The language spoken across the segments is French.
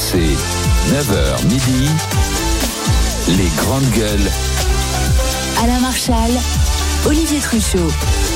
RMC, 9h midi, les grandes gueules. Alain Marchal, Olivier Truchot.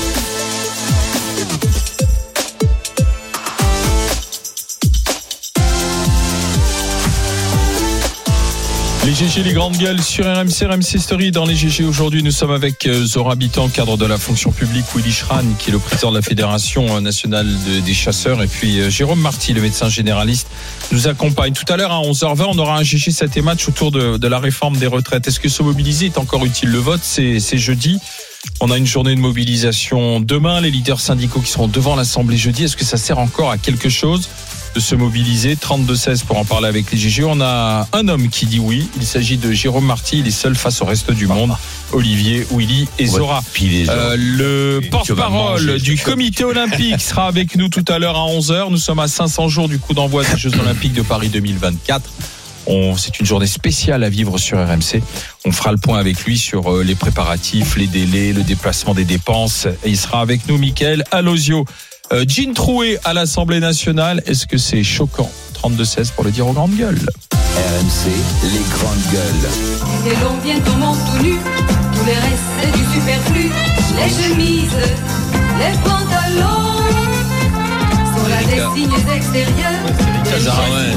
Les GG, les grandes gueules sur RMC Story. Dans les GG aujourd'hui, nous sommes avec Zora Habitant, cadre de la fonction publique, Willy Schran, qui est le président de la Fédération nationale des chasseurs, et puis Jérôme Marty, le médecin généraliste, nous accompagne. Tout à l'heure à 11h20, on aura un GG 7 et match autour de la réforme des retraites. Est-ce que se mobiliser est encore utile? Le vote, c'est jeudi. On a une journée de mobilisation demain. Les leaders syndicaux qui seront devant l'Assemblée jeudi. Est-ce que ça sert encore à quelque chose de se mobiliser? 32-16 pour en parler avec les GG. On a un homme qui dit oui. Il s'agit de Jérôme Marty. Il est seul face au reste du monde. Olivier, Willy et Zora. Le porte-parole du comité olympique sera avec nous tout à l'heure à 11h. Nous sommes à 500 jours du coup d'envoi des Jeux olympiques de Paris 2024. C'est une journée spéciale à vivre sur RMC. On fera le point avec lui sur les préparatifs, les délais, le déplacement des dépenses. Et il sera avec nous, Mickaël Alosio. Jean Troué à l'Assemblée nationale, est-ce que c'est choquant? 32-16 pour le dire aux grandes gueules. RMC, les grandes gueules. Et l'on vient au monde tout nu, tous les restes c'est du superflu. Les chemises, les pantalons sont la destinée extérieure.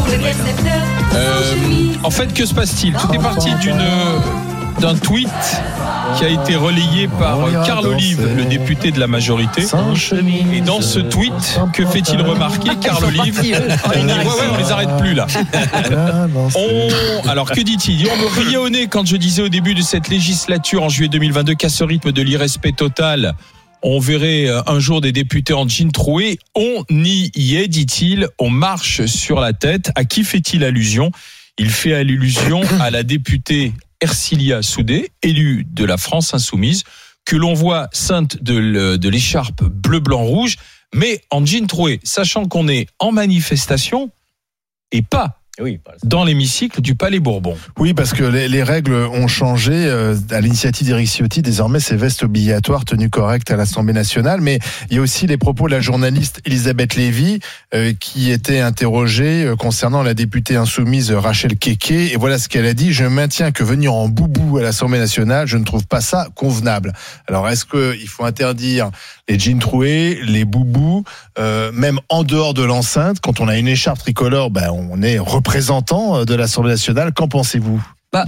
En fait, que se passe-t-il? Tout est parti d'un tweet qui a été relayé par Carl Olive, le député de la majorité. Et dans ce tweet, que fait-il remarquer Carl Olive? On les arrête plus là. Alors que dit-il? On me riait au nez quand je disais au début de cette législature en juillet 2022 qu'à ce rythme de l'irrespect total, on verrait un jour des députés en jean troué. On y est, dit-il. On marche sur la tête. À qui fait-il allusion? Il fait allusion à la députée Ercilia Soudé, élue de la France Insoumise, que l'on voit ceinte de l'écharpe bleu-blanc-rouge, mais en jean troué, sachant qu'on est en manifestation et pas dans l'hémicycle du Palais Bourbon. Oui, parce que les règles ont changé. À l'initiative d'Éric Ciotti, désormais, c'est veste obligatoire, tenue correcte à l'Assemblée nationale. Mais il y a aussi les propos de la journaliste Elisabeth Lévy, qui était interrogée concernant la députée insoumise Rachel Keke. Et voilà ce qu'elle a dit. Je maintiens que venir en boubou à l'Assemblée nationale, je ne trouve pas ça convenable. Alors, est-ce qu'il faut interdire les jeans troués, les boubous, même en dehors de l'enceinte? Quand on a une écharpe tricolore, on est représentant de l'Assemblée nationale. Qu'en pensez-vous?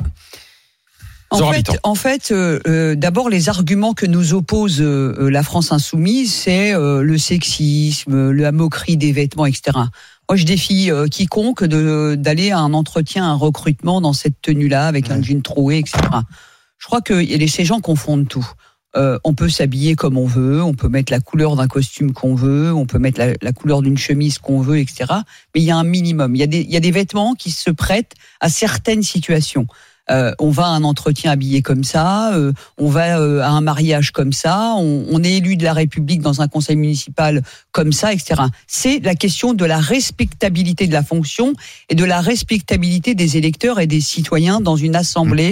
En fait, d'abord, les arguments que nous oppose la France insoumise, c'est le sexisme, la moquerie des vêtements, etc. Moi, je défie quiconque d'aller à un entretien, un recrutement dans cette tenue-là, avec un jean troué, etc. Je crois que ces gens confondent tout. On peut s'habiller comme on veut, on peut mettre la couleur d'un costume qu'on veut, on peut mettre la couleur d'une chemise qu'on veut, etc. Mais il y a un minimum. Il y a des vêtements qui se prêtent à certaines situations. On va à un entretien habillé comme ça, on va à un mariage comme ça, on est élu de la République dans un conseil municipal comme ça, etc. C'est la question de la respectabilité de la fonction et de la respectabilité des électeurs et des citoyens dans une assemblée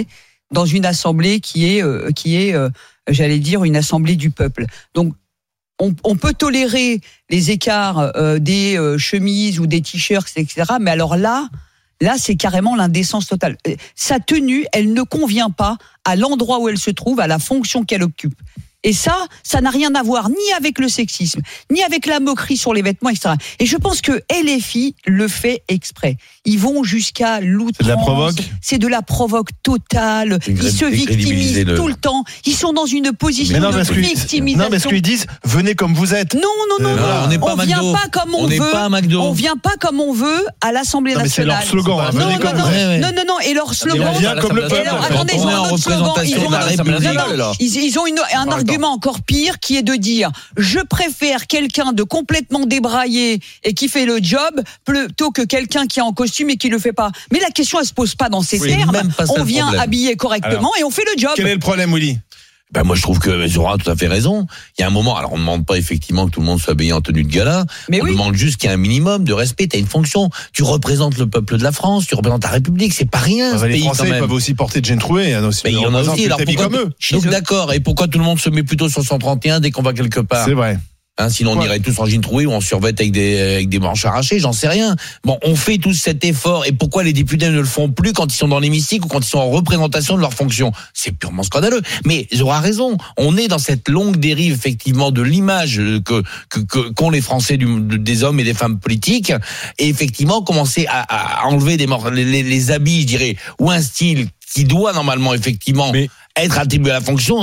qui est j'allais dire une assemblée du peuple. Donc on peut tolérer les écarts des chemises ou des t-shirts, etc. Mais alors là, c'est carrément l'indécence totale. Sa tenue, elle ne convient pas à l'endroit où elle se trouve, à la fonction qu'elle occupe. Et ça n'a rien à voir ni avec le sexisme, ni avec la moquerie sur les vêtements, etc. Et je pense que LFI le fait exprès. Ils vont jusqu'à l'outrance. C'est de la provoque. C'est de la provoque totale. Ils se victimisent tout le temps. Ils sont dans une position de victimisation. Non, mais ce qu'ils disent, venez comme vous êtes. Non. On vient pas comme on veut. On vient pas comme on veut à l'Assemblée nationale. C'est leur slogan. Venez comme vous êtes. Non. Et leur slogan. On vient comme le peuple. Attendez, ils ont un autre slogan. Ils ont un argument encore pire qui est de dire je préfère quelqu'un de complètement débraillé et qui fait le job plutôt que quelqu'un qui est en costume et qui le fait pas. Mais la question elle se pose pas dans ces termes. On vient habillé correctement et on fait le job. Quel est le problème, Willy? Moi je trouve que Zora a tout à fait raison. Il y a un moment, alors on ne demande pas effectivement que tout le monde soit habillé en tenue de gala, on demande juste qu'il y ait un minimum de respect. Tu as une fonction, tu représentes le peuple de la France, tu représentes la République, c'est pas rien ce les pays Français quand même. Peuvent aussi porter de jean troué. Mais il y en a aussi, alors pourquoi, comme eux. Donc d'accord, et pourquoi tout le monde se met plutôt sur 131 dès qu'on va quelque part? C'est vrai. Sinon on irait tous en jean troué ou en survêt avec des manches arrachées, j'en sais rien. Bon, on fait tous cet effort, et pourquoi les députés ne le font plus quand ils sont dans l'hémicycle ou quand ils sont en représentation de leur fonction? C'est purement scandaleux. Mais j'aurai raison, on est dans cette longue dérive effectivement de l'image qu'ont les Français des hommes et des femmes politiques, et effectivement commencer à enlever les habits, je dirais, ou un style qui doit normalement effectivement être attribué à la fonction,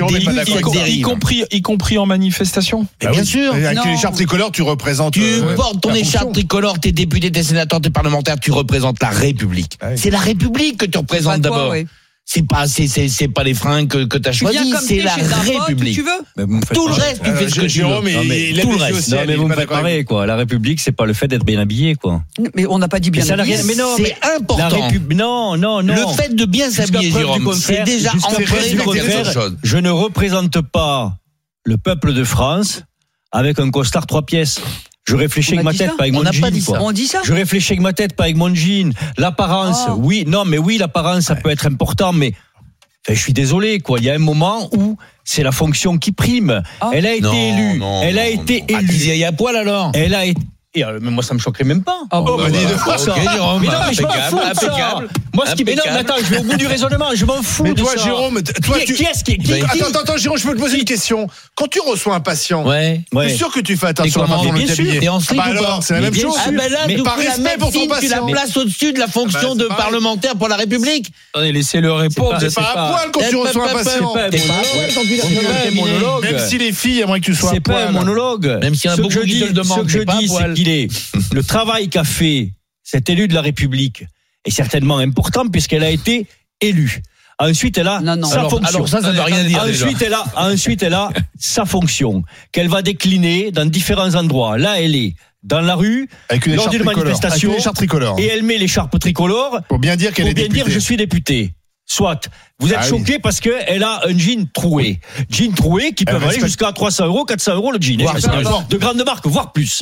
y compris en manifestation. Bien sûr. Avec l'écharpe tricolore, tu représentes. Tu portes ton écharpe tricolore, t'es député, t'es sénateur, t'es parlementaire, tu représentes la République. C'est la République que tu représentes d'abord. C'est pas les fringues que t'as choisi, c'est la République. Tu veux. Tout le reste, tu fais ce que tu veux. Tout le reste. Non, mais vous me faites marrer, quoi. La République, c'est pas le fait d'être bien habillé, quoi. Mais on n'a pas dit bien habillé. Mais non, c'est important. Non. Le fait de bien s'habiller, Jérôme, c'est déjà ancré dans quelque chose. Je ne représente pas le peuple de France avec un costard 3 pièces. Je réfléchis avec ma tête, pas avec mon jean. On n'a pas dit ça. On dit ça. Je réfléchis avec ma tête, pas avec mon jean. L'apparence, l'apparence, ça peut être important, mais je suis désolé, quoi. Il y a un moment où c'est la fonction qui prime. Elle a été élue. Elle a été élue. Il y a poil alors. Elle a été. Mais moi, ça me choquerait même pas. Jérôme, mais non, mais je m'en fous de ça. Moi, ce qui mais attends, je vais au bout du raisonnement. Je m'en fous de ça. Mais toi, Jérôme, qui est-ce qui Attends, Jérôme, je peux te poser une question. Quand tu reçois un patient, t'es sûr que tu fais attention à la façon dont tu t'habilles. Et ensuite, alors, c'est la même chose. Mais par respect pour ton patient, tu la places au-dessus de la fonction de parlementaire pour la République. Attendez, laissez-le répondre. C'est pas à poil quand tu reçois un patient. T'es pas à poil quand tu reçois un monologue. Même si les filles aimeraient que tu sois à poil. C'est pas un monologue. Même s'il y en a beaucoup qui te le demandent. Ce que je dis, c'est qu'il est le travail qu'a fait cet élu de la République est certainement important puisqu'elle a été élue. Ensuite, elle a sa fonction. Alors ça veut rien dire. Ensuite, elle a sa fonction qu'elle va décliner dans différents endroits. Là, elle est dans la rue, lors d'une manifestation, et elle met l'écharpe tricolore pour bien dire qu'elle est députée. Pour bien dire je suis député. Soit. Vous êtes choqués parce que elle a un jean troué. Jean troué qui peut aller jusqu'à 300 €, 400 € le jean. De grandes marques, voire plus.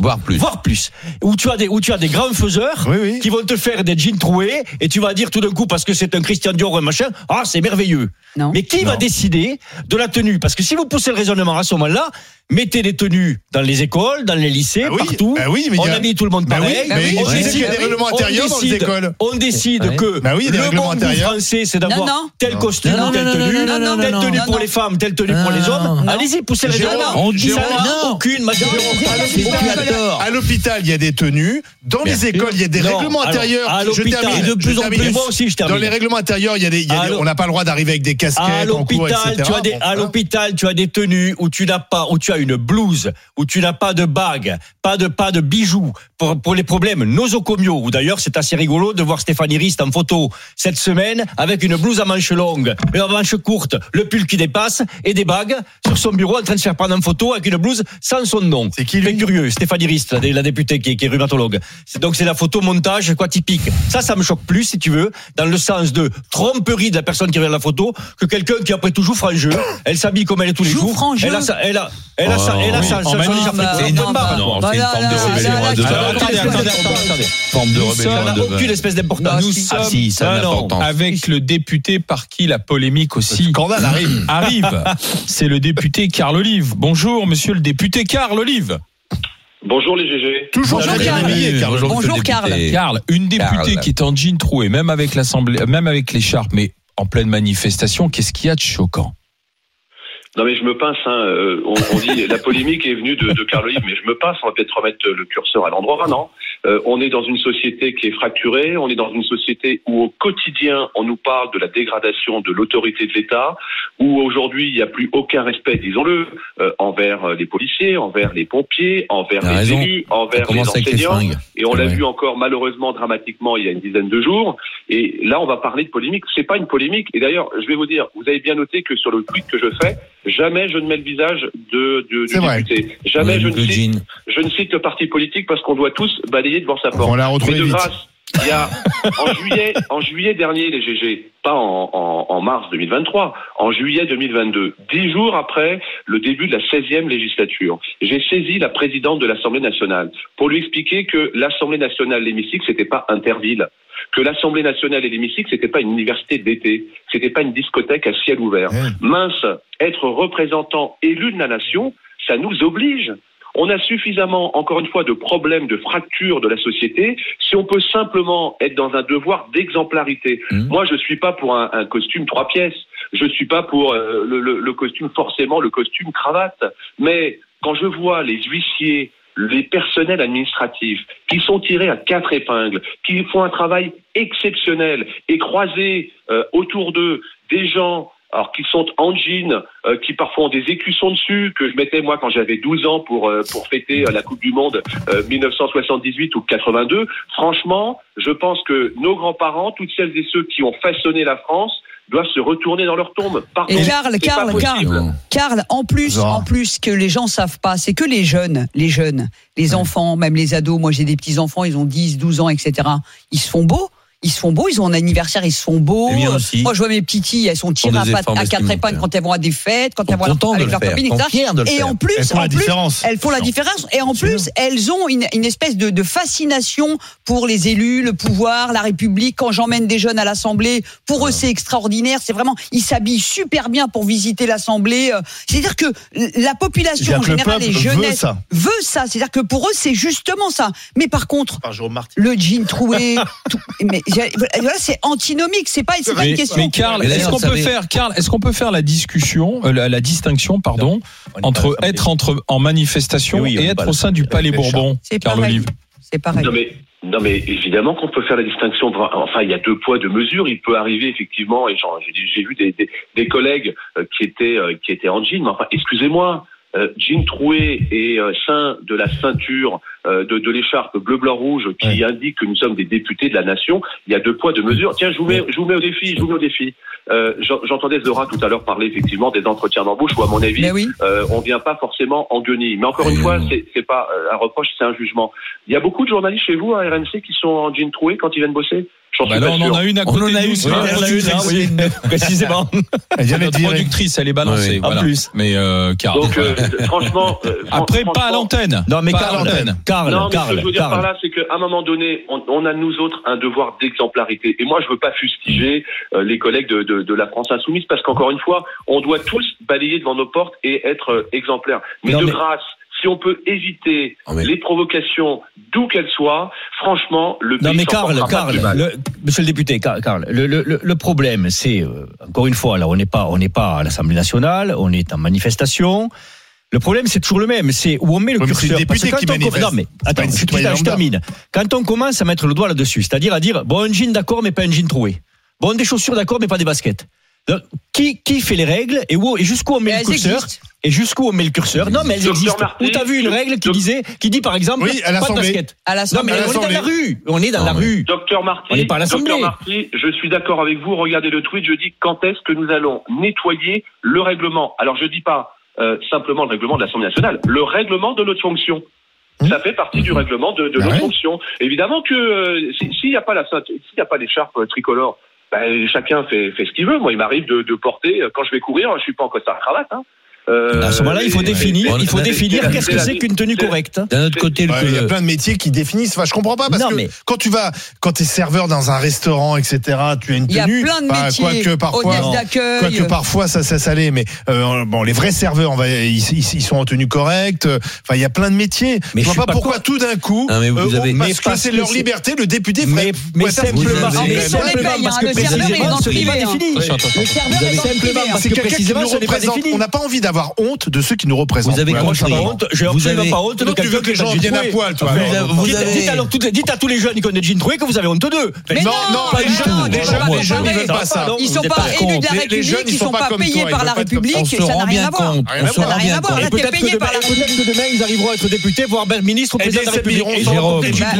Où tu as des grands faiseurs qui vont te faire des jeans troués et tu vas dire tout d'un coup parce que c'est un Christian Dior ou un machin, c'est merveilleux. Non. Mais qui va décider de la tenue? Parce que si vous poussez le raisonnement à ce moment-là, mettez des tenues dans les écoles, dans les lycées, partout. Mais on habille tout le monde pareil. On décide qu'il y a des règlements intérieurs dans les écoles. On décide que le bon goût français, c'est d'avoir tel costume, telle tenue pour les femmes, telle tenue pour les hommes. Allez-y, poussez le raisonnement. On dit aucune. À l'hôpital, il y a des tenues. Dans les écoles, il y a des règlements intérieurs. Je termine de plus en plus. Moi aussi, je termine. Dans les règlements intérieurs, on n'a pas le droit d'arriver avec des casquettes en cours, etc. À l'hôpital, tu as des tenues où tu as une blouse, où tu n'as pas de bague, pas de bijoux pour les problèmes nosocomiaux. Ou d'ailleurs, c'est assez rigolo de voir Stéphanie Rist en photo cette semaine avec une blouse à manches longues, à manches courtes, le pull qui dépasse et des bagues sur son bureau en train de se faire prendre en photo avec une blouse sans son nom. C'est qui lui? Curieux, Stéphanie Rist, la députée qui est rhumatologue. Donc c'est la photo montage typique. Ça me choque plus si tu veux, dans le sens de tromperie de la personne qui regarde la photo, que quelqu'un qui après tout joue franc jeu. Elle s'habille comme elle est tous les jours. Elle a sa c'est une forme de rébellion. Ça n'a aucune espèce d'importance. Nous sommes avec le député par qui la polémique aussi arrive. C'est le député Carl Olive. Bonjour, monsieur le député Carl Olive. Bonjour les GG. Toujours Carl. Bonjour Carl. Carl, une députée qui est en jean troué, même avec l'écharpe, mais en pleine manifestation, qu'est-ce qu'il y a de choquant? Non mais je me pince, on dit la polémique est venue de Carl Olive, mais je me pince, on va peut-être remettre le curseur à l'endroit, non? On est dans une société qui est fracturée, on est dans une société où au quotidien on nous parle de la dégradation de l'autorité de l'État, où aujourd'hui il n'y a plus aucun respect, disons-le, envers les policiers, envers les pompiers, envers les élus, envers les enseignants, et on l'a vu encore malheureusement dramatiquement il y a une dizaine de jours, et là on va parler de polémique, c'est pas une polémique, et d'ailleurs je vais vous dire, vous avez bien noté que sur le tweet que je fais, jamais je ne mets le visage du député. Jamais je ne cite le parti politique parce qu'on doit tous balayer devant sa porte. On l'a retrouvé vite. Il y a en juillet dernier les GG, pas en mars 2023, en juillet 2022, 10 jours après le début de la 16e législature, j'ai saisi la présidente de l'Assemblée nationale pour lui expliquer que l'Assemblée nationale, l'hémicycle, c'était pas Interville. Que l'Assemblée nationale et l'hémicycle, c'était pas une université d'été, c'était pas une discothèque à ciel ouvert. Mince, être représentant élu de la nation, ça nous oblige. On a suffisamment, encore une fois, de problèmes, de fractures de la société, si on peut simplement être dans un devoir d'exemplarité. Moi, je suis pas pour un costume 3 pièces. Je suis pas pour le costume, forcément le costume cravate. Mais quand je vois les huissiers, les personnels administratifs qui sont tirés à 4 épingles, qui font un travail exceptionnel et croiser autour d'eux des gens alors qui sont en jean, qui parfois ont des écussons dessus, que je mettais moi quand j'avais 12 ans pour fêter la Coupe du Monde 1978 ou 82. Franchement, je pense que nos grands-parents, toutes celles et ceux qui ont façonné la France, doivent se retourner dans leur tombe. Pardon, et Karl, en plus que les gens savent pas, c'est que les jeunes, les enfants, même les ados, moi j'ai des petits-enfants, ils ont 10, 12 ans, etc. Ils se font beaux, ils ont un anniversaire, ils se font beaux. Moi, je vois mes petites, elles sont tirées à 4 épingles quand elles vont à des fêtes, quand elles vont avec leurs copines, etc. Et en plus, elles font la différence. Et en plus, elles ont une espèce de fascination pour les élus, le pouvoir, la République. Quand j'emmène des jeunes à l'Assemblée, pour eux, c'est extraordinaire. C'est vraiment, ils s'habillent super bien pour visiter l'Assemblée. C'est-à-dire que la population en général, les jeunesses veut ça. C'est-à-dire que pour eux, c'est justement ça. Mais par contre, le jean troué, voilà, c'est antinomique, c'est pas une question. Mais Karl, est-ce qu'on peut faire la discussion, la distinction, pardon, entre être en manifestation et être au sein du Palais Bourbon, Karl Olive? C'est pareil. Non mais évidemment qu'on peut faire la distinction. Enfin, il y a 2 poids 2 mesures. Il peut arriver effectivement, et j'ai vu des collègues qui étaient en jean. Mais enfin, excusez-moi. Jean troué et sein de la ceinture de l'écharpe bleu blanc rouge qui indique que nous sommes des députés de la nation. Il y a 2 poids 2 mesures. Tiens, je vous mets au défi. J'entendais Zora tout à l'heure parler effectivement des entretiens d'embauche où à mon avis on vient pas forcément en guenille. Mais encore une fois, c'est pas un reproche, c'est un jugement. Il y a beaucoup de journalistes chez vous à RMC qui sont en jean troué quand ils viennent bosser. On en a une à côté de nous, précisément. Notre productrice, elle est balancée. En plus. Mais Karl. Donc franchement. Après, pas à l'antenne. Non, mais Karl. Ce que je veux dire par là, c'est qu'à un moment donné, on a nous autres un devoir d'exemplarité. Et moi, je veux pas fustiger les collègues de la France Insoumise, parce qu'encore une fois, on doit tous balayer devant nos portes et être exemplaires. Mais grâce. Si on peut éviter les provocations, d'où qu'elles soient, franchement, le pays s'en portera pas plus mal. Monsieur le député, Karl, le problème, c'est encore une fois, là, on n'est pas à l'Assemblée nationale, on est en manifestation. Le problème, c'est toujours le même, c'est où on met le curseur. Non, mais attends, je termine. Quand on commence à mettre le doigt là-dessus, c'est-à-dire à dire, bon, un jean d'accord, mais pas un jean troué. Bon, des chaussures d'accord, mais pas des baskets. Donc, qui fait les règles et jusqu'où on met le curseur? Et jusqu'où on met le curseur? Non, mais elles existent. Où t'as vu une règle qui dit par exemple, à pas de basket? Non, mais on est dans la rue. On est dans la rue. Docteur Marty, on n'est pas à l'Assemblée. Docteur Marty, je suis d'accord avec vous. Regardez le tweet. Je dis quand est-ce que nous allons nettoyer le règlement? Alors, je dis pas simplement le règlement de l'Assemblée nationale, le règlement de notre fonction. Ça fait partie du règlement de notre fonction. Évidemment que s'il n'y a pas l'écharpe tricolore, chacun fait ce qu'il veut. Moi, il m'arrive de porter, quand je vais courir, je suis pas en costard cravate. À ce moment-là, il faut définir qu'est-ce que c'est qu'une tenue correcte. D'un autre côté, il y a plein de métiers qui définissent. Enfin, je comprends pas parce que quand t'es serveur dans un restaurant, etc., tu as une tenue. Il y a plein de métiers. Quoique parfois ça l'est, mais les vrais serveurs, ils sont en tenue correcte. Enfin, il y a plein de métiers. Mais je vois pas pourquoi tout d'un coup, parce que c'est leur liberté, le député ferait. Mais simplement parce que précisément, ce n'est pas défini. C'est quelqu'un qui nous représente. On n'a pas envie d'avoir honte de ceux qui nous représentent. Vous avez compris. J'ai absolument pas honte de quelqu'un. Tu veux que les gens viennent à poil, toi. Dites à tous les jeunes qui connaissent jean troué que vous avez honte d'eux. Non, les jeunes ils veulent pas ça. Ils sont pas élus de la République, ils sont pas payés par la République, ça n'a rien à voir. Ça n'a rien à voir. Là, t'es payé par la République. Peut-être que demain ils arriveront à être députés, voire ministre ou président de la République. Et Jérôme.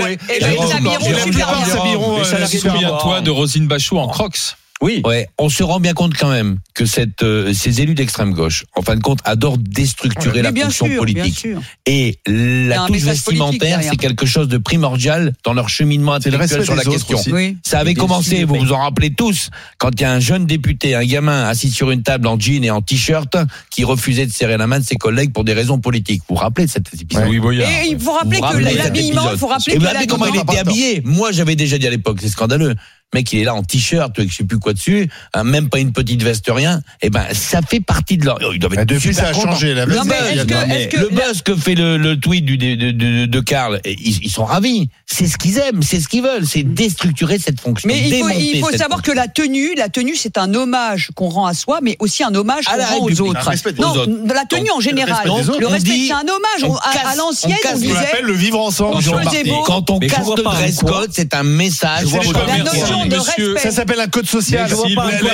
Souviens-toi de Roselyne Bachot en Crocs. Oui. Ouais, on se rend bien compte quand même que ces élus d'extrême gauche, en fin de compte, adorent déstructurer la fonction politique. Et la touche vestimentaire, c'est quelque chose de primordial dans leur cheminement intellectuel sur la question. Oui. Ça avait commencé, vous vous en rappelez tous, quand il y a un jeune député, un gamin assis sur une table en jean et en t-shirt, qui refusait de serrer la main de ses collègues pour des raisons politiques. Vous vous rappelez de cet épisode? Oui, Boyard. Et il faut rappeler que l'habillement, il faut rappeler comment il était habillé. Moi, j'avais déjà dit à l'époque, c'est scandaleux. mec il est là en t-shirt avec je sais plus quoi dessus, hein, même pas une petite veste, rien. Et ben ça fait partie de leur. Ils doivent être depuis ça a changé la veste. Le buzz que fait le tweet de Karl, ils sont ravis. C'est ce qu'ils aiment, c'est ce qu'ils veulent, c'est déstructurer cette fonction. Mais il faut savoir que la tenue c'est un hommage qu'on rend à soi, mais aussi un hommage qu'on rend aux autres. Non, la tenue en général. Le respect, c'est un hommage à l'ancienne. On disait. Le vivre ensemble. Quand on casse le dress code, c'est un message. La notion de respect. Ça s'appelle un code social. C'est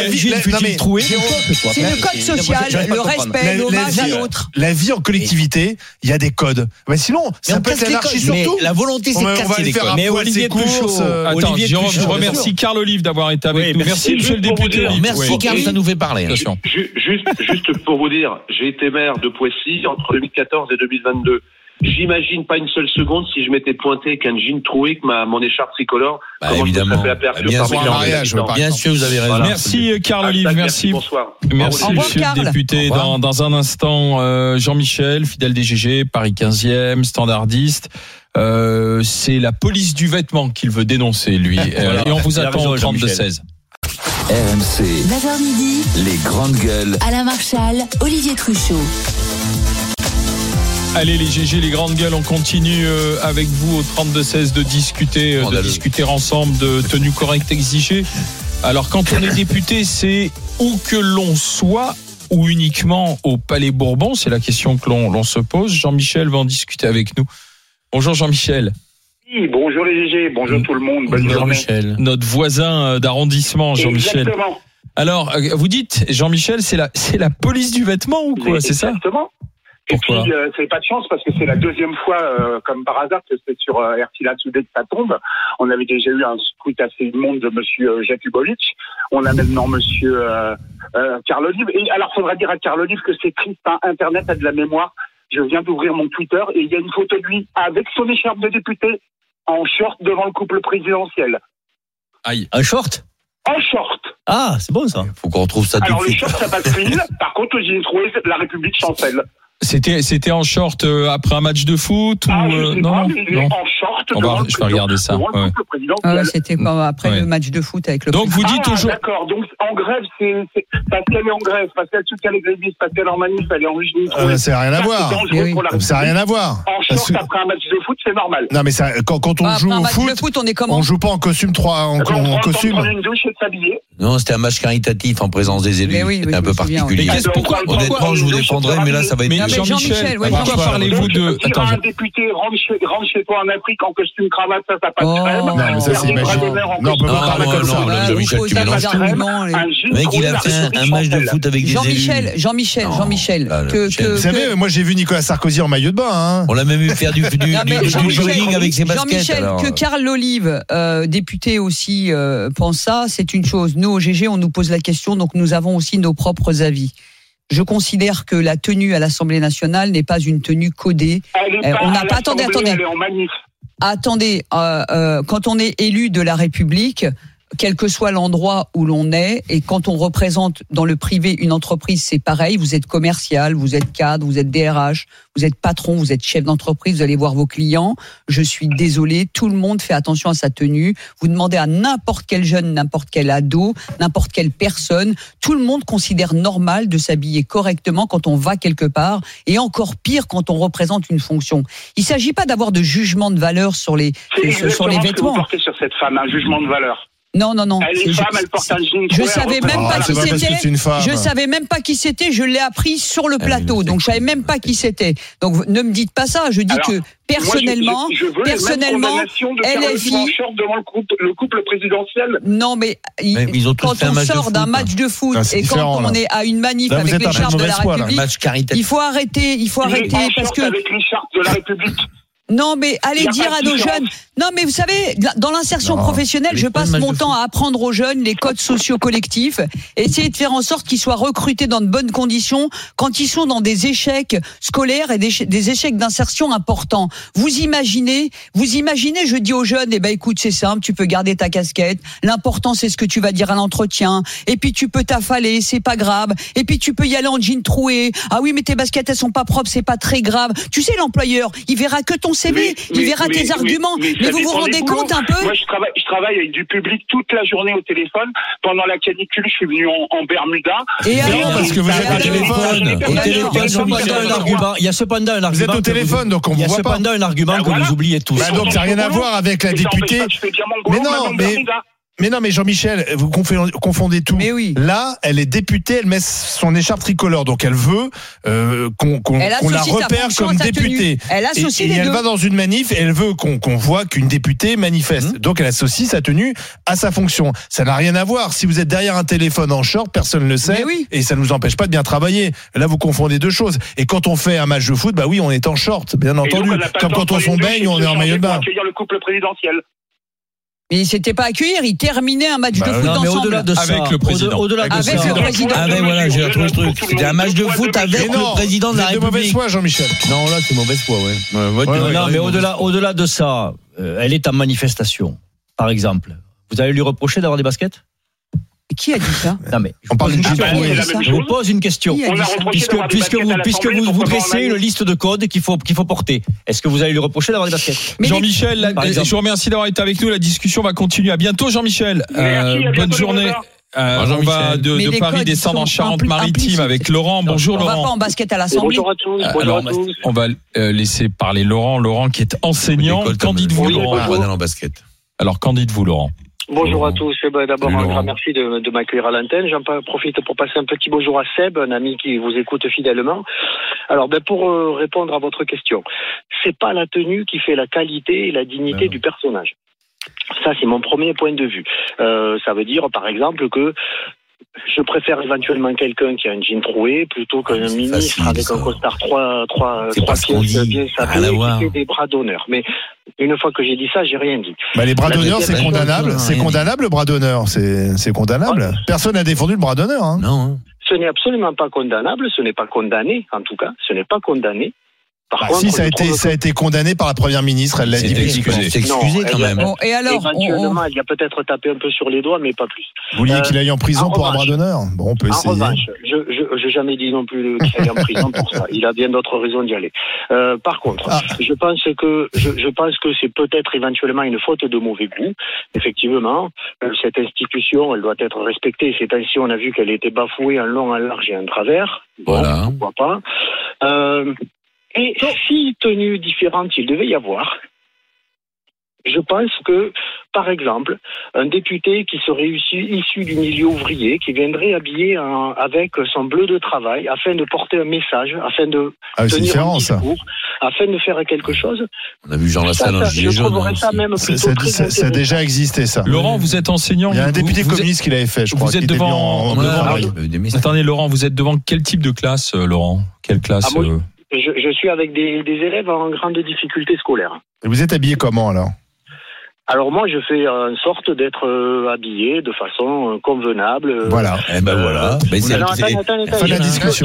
le code social, le respect, l'hommage à l'autre. La vie en collectivité, il y a des codes. Mais sinon, ça peut être l'anarchie surtout. La volonté, c'est de casser les codes. Mais Olivier Truchot, attends, je remercie Karl Olive d'avoir été avec nous. Merci, monsieur le député. Merci, Karl, ça nous fait parler. Juste pour vous dire, j'ai été maire de Poissy entre 2014 et 2022. J'imagine pas une seule seconde si je m'étais pointé avec un jean troué que mon écharpe tricolore. Évidemment. Bien sûr, vous avez raison. Merci Karl Olive, merci. Bonsoir. Merci monsieur le député. Dans un instant, Jean-Michel, fidèle des GG, Paris 15e, standardiste. C'est la police du vêtement qu'il veut dénoncer, lui. Et on vous attend au 32-16. RMC. 9h midi. Les grandes gueules. Alain Marchal, Olivier Truchot. Allez les GG, les grandes gueules, on continue avec vous au 32-16 de discuter ensemble de tenue correcte exigée. Alors quand on est député, c'est où que l'on soit ou uniquement au Palais Bourbon, c'est la question que l'on se pose. Jean-Michel va en discuter avec nous. Bonjour Jean-Michel. Oui, bonjour les GG, bonjour tout le monde, bonne journée. Jean-Michel. Notre voisin d'arrondissement, Jean-Michel. Exactement. Alors, vous dites, Jean-Michel, c'est la police du vêtement ou quoi, c'est ça ? Exactement. Pourquoi ? Et puis, c'est pas de chance parce que c'est la deuxième fois, comme par hasard, que c'est sur Ertila Today que ça tombe. On avait déjà eu un tweet assez immonde de monsieur Jakubovic. On a maintenant monsieur Karl Olive. Et alors, faudra dire à Karl Olive que c'est triste, hein. Internet a de la mémoire. Je viens d'ouvrir mon Twitter et il y a une photo de lui avec son écharpe de député en short devant le couple présidentiel. Aïe. Un short ? En short. Ah, c'est bon ça. Faut qu'on retrouve ça tout de Alors, le suite. short, ça passe fine. Par contre, j'ai trouvé la République chancelle. C'était en short après un match de foot ou non, en short. Je vais regarder ça. C'était après le match de foot avec le. Donc vous dites toujours. D'accord. Donc en grève, c'est parce qu'elle est en grève, parce qu'elle soutient les grévistes, parce qu'elle est en manif, elle est en régime. Ça n'a rien à voir. Ça n'a rien à voir. En short après un match de foot, c'est normal. Non mais quand on joue au foot, on joue pas en costume en costume. On prend une douche et de s'habiller. Non, c'était un match caritatif en présence des élus. C'était un peu particulier. Honnêtement, je vous défendrai, mais là, ça va être. Jean-Michel, pourquoi parlez-vous de... Attends, un député rentre chez toi en Afrique en costume cravate, ça passe crème. Non, mais ça, c'est imaginaire. Non, on peut pas parler comme ça. Jean-Michel, tu mélanges tout. Le mec, il a fait un match de foot avec des élus. Jean-Michel. Vous savez, moi, j'ai vu Nicolas Sarkozy en maillot de bain. On l'a même vu faire du jogging avec ses baskets. Jean-Michel, que Karl Olive, député aussi, pense ça, c'est une chose. Nous, au GG, on nous pose la question, donc nous avons aussi nos propres avis. Je considère que la tenue à l'Assemblée nationale n'est pas une tenue codée. On n'a pas. Attendez. Quand on est élu de la République, quel que soit l'endroit où l'on est, et quand on représente dans le privé une entreprise, c'est pareil. Vous êtes commercial, vous êtes cadre, vous êtes DRH, vous êtes patron, vous êtes chef d'entreprise, vous allez voir vos clients. Je suis désolé, tout le monde fait attention à sa tenue. Vous demandez à n'importe quel jeune, n'importe quel ado, n'importe quelle personne, tout le monde considère normal de s'habiller correctement quand on va quelque part, et encore pire quand on représente une fonction. Il ne s'agit pas d'avoir de jugement de valeur sur les vêtements. Que vous portez sur cette femme, un jugement de valeur. Non. Elle est femme, elle porte un jean. Je savais même pas qui c'était. Je savais même pas qui c'était. Je l'ai appris sur le plateau. Donc je savais même pas qui c'était. Donc ne me dites pas ça. Je dis que personnellement, LFI devant le couple présidentiel. Non mais quand on sort d'un match de foot et quand on est à une manif avec l'écharpe de la République, il faut arrêter parce que avec l'écharpe de la République. Non, mais allez dire à nos jeunes. Non, mais vous savez, dans l'insertion professionnelle, je passe mon temps à apprendre aux jeunes les codes sociaux collectifs, essayer de faire en sorte qu'ils soient recrutés dans de bonnes conditions quand ils sont dans des échecs scolaires et des échecs d'insertion importants. Vous imaginez, je dis aux jeunes, écoute, c'est simple, tu peux garder ta casquette. L'important, c'est ce que tu vas dire à l'entretien. Et puis, tu peux t'affaler, c'est pas grave. Et puis, tu peux y aller en jean troué. Ah oui, mais tes baskets, elles sont pas propres, c'est pas très grave. Tu sais, l'employeur, il verra que ton CV. Il verra tes arguments. Mais vous vous rendez compte un peu? Moi, je travaille avec du public toute la journée au téléphone. Pendant la canicule, je suis venu en Bermuda. Et alors, parce que vous êtes au téléphone. Il y a cependant un argument. Vous êtes au téléphone, donc on vous voit pas. Il y a cependant un argument que vous oubliez tous. Donc ça n'a rien à voir avec la députée. Mais non, mais Jean-Michel, vous confondez tout. Mais oui. Là, elle est députée, elle met son écharpe tricolore, donc elle veut qu'on la repère comme députée. Elle associe les deux. Et elle va dans une manif et elle veut qu'on voit qu'une députée manifeste. Donc elle associe sa tenue à sa fonction. Ça n'a rien à voir. Si vous êtes derrière un téléphone en short, personne ne le sait. Et ça ne nous empêche pas de bien travailler. Là, vous confondez deux choses. Et quand on fait un match de foot, bah oui, on est en short, bien entendu. Comme quand on s'en baigne, on est en maillot de bain. Accueillir le couple présidentiel. Mais il s'était pas accueillir, il terminait un match de foot ensemble. Au-delà de ça, avec le président. Au-delà de ça. Avec le président. Ah ben voilà, j'ai retrouvé le truc. C'était un match de foot avec le président de la République. C'est mauvaise foi, Jean-Michel. Non, là, c'est mauvaise foi, ouais. Non, mais au-delà de ça, elle est en manifestation, par exemple. Vous allez lui reprocher d'avoir des baskets? Qui a dit ça? Non, mais on parle d'une je vous pose une question. Puisque vous dressez une liste de codes qu'il faut porter, est-ce que vous allez lui reprocher d'avoir des baskets? Jean-Michel, je vous remercie d'avoir été avec nous. La discussion va continuer. À bientôt, Jean-Michel. Bonne journée. On va de Paris descendre en Charente-Maritime avec Laurent. Bonjour Laurent. On va pas en basket à l'Assemblée. Bonjour à tous. Alors, on va laisser parler Laurent. Laurent qui est enseignant. Qu'en dites-vous, Laurent? Alors, qu'en dites-vous, Laurent? Bonjour à tous. D'abord, un grand merci de m'accueillir à l'antenne. J'en profite pour passer un petit bonjour à Seb, un ami qui vous écoute fidèlement. Alors, pour répondre à votre question, c'est pas la tenue qui fait la qualité et la dignité du personnage. Ça, c'est mon premier point de vue. Ça veut dire, par exemple, que je préfère éventuellement quelqu'un qui a un jean troué plutôt qu'un ministre avec un costard trois pièces bien sapé qui fait des bras d'honneur. Mais une fois que j'ai dit ça, j'ai rien dit. Bah, les bras d'honneur, c'est condamnable. C'est condamnable, le bras d'honneur. C'est condamnable. Personne n'a défendu le bras d'honneur. Hein. Non. Ce n'est absolument pas condamnable. Ce n'est pas condamné, en tout cas. Ce n'est pas condamné. Par contre, si ça a été condamné par la première ministre, elle l'a dit. C'est excusé quand même. Bon, et alors, éventuellement, il y a peut-être tapé un peu sur les doigts, mais pas plus. Vous vouliez qu'il aille en prison pour un bras d'honneur? Bon, on peut essayer. En revanche, je n'ai jamais dit non plus qu'il aille en prison pour ça. Il a bien d'autres raisons d'y aller. Par contre, je pense que c'est peut-être éventuellement une faute de mauvais goût. Effectivement, cette institution, elle doit être respectée. Ces temps-ci, on a vu qu'elle était bafouée en long, en large et en travers. Bon, voilà. Pourquoi pas. Et si tenue différente il devait y avoir, je pense que, par exemple, un député qui serait issu du milieu ouvrier, qui viendrait habillé avec son bleu de travail, afin de porter un message, afin de tenir un discours, afin de faire quelque chose. On a vu Jean Lassalle en gilet jaune. Ça a déjà existé, ça. Laurent, vous êtes enseignant. Il y a un député communiste qui l'avait fait, je crois. Vous êtes devant. Attendez, Laurent, vous êtes devant quel type de classe, Laurent? Quelle classe? Je suis avec des élèves en grande difficulté scolaire. Et vous êtes habillé comment alors? Alors moi, je fais en sorte d'être habillé de façon convenable. Voilà. Voilà. Fin de la discussion.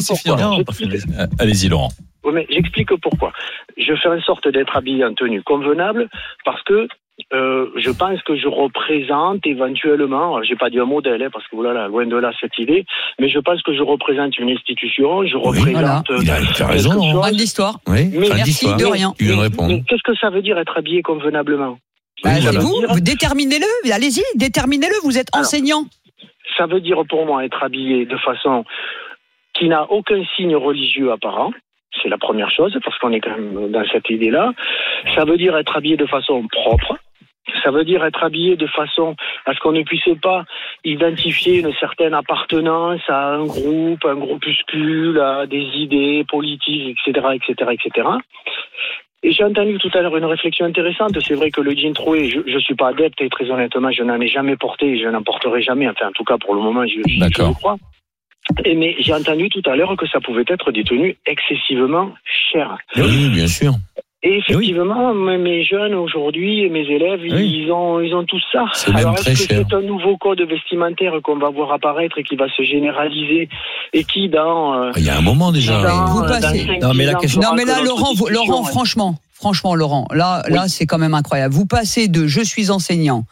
Allez-y, Laurent. Oui, mais j'explique pourquoi. Je fais en sorte d'être habillé en tenue convenable parce que je pense que je représente éventuellement, j'ai pas dit un modèle, parce que voilà, loin de là cette idée, mais je pense que je représente une institution, je représente. Il a raison. Fin de l'histoire. Oui. Mais merci de rien. Tu viens de répondre. Mais qu'est-ce que ça veut dire être habillé convenablement? C'est vous déterminez-le. Allez-y, déterminez-le. Vous êtes enseignant. Ça veut dire pour moi être habillé de façon qui n'a aucun signe religieux apparent. C'est la première chose, parce qu'on est quand même dans cette idée-là. Ça veut dire être habillé de façon propre. Ça veut dire être habillé de façon à ce qu'on ne puisse pas identifier une certaine appartenance à un groupe, un groupuscule, à des idées politiques, etc., etc., etc. Et j'ai entendu tout à l'heure une réflexion intéressante. C'est vrai que le jean troué, je suis pas adepte et très honnêtement, je n'en ai jamais porté et je n'en porterai jamais. Enfin, en tout cas, pour le moment, je le crois. Mais j'ai entendu tout à l'heure que ça pouvait être des tenues excessivement chères. Oui, bien sûr. Et effectivement, mes jeunes aujourd'hui, mes élèves, ils ont tout ça. Alors est-ce que c'est un nouveau code vestimentaire qu'on va voir apparaître et qui va se généraliser et qui il y a un moment déjà. Vous passez. Non mais là, Laurent, franchement, Laurent, là, c'est quand même incroyable. Vous passez de je suis enseignant.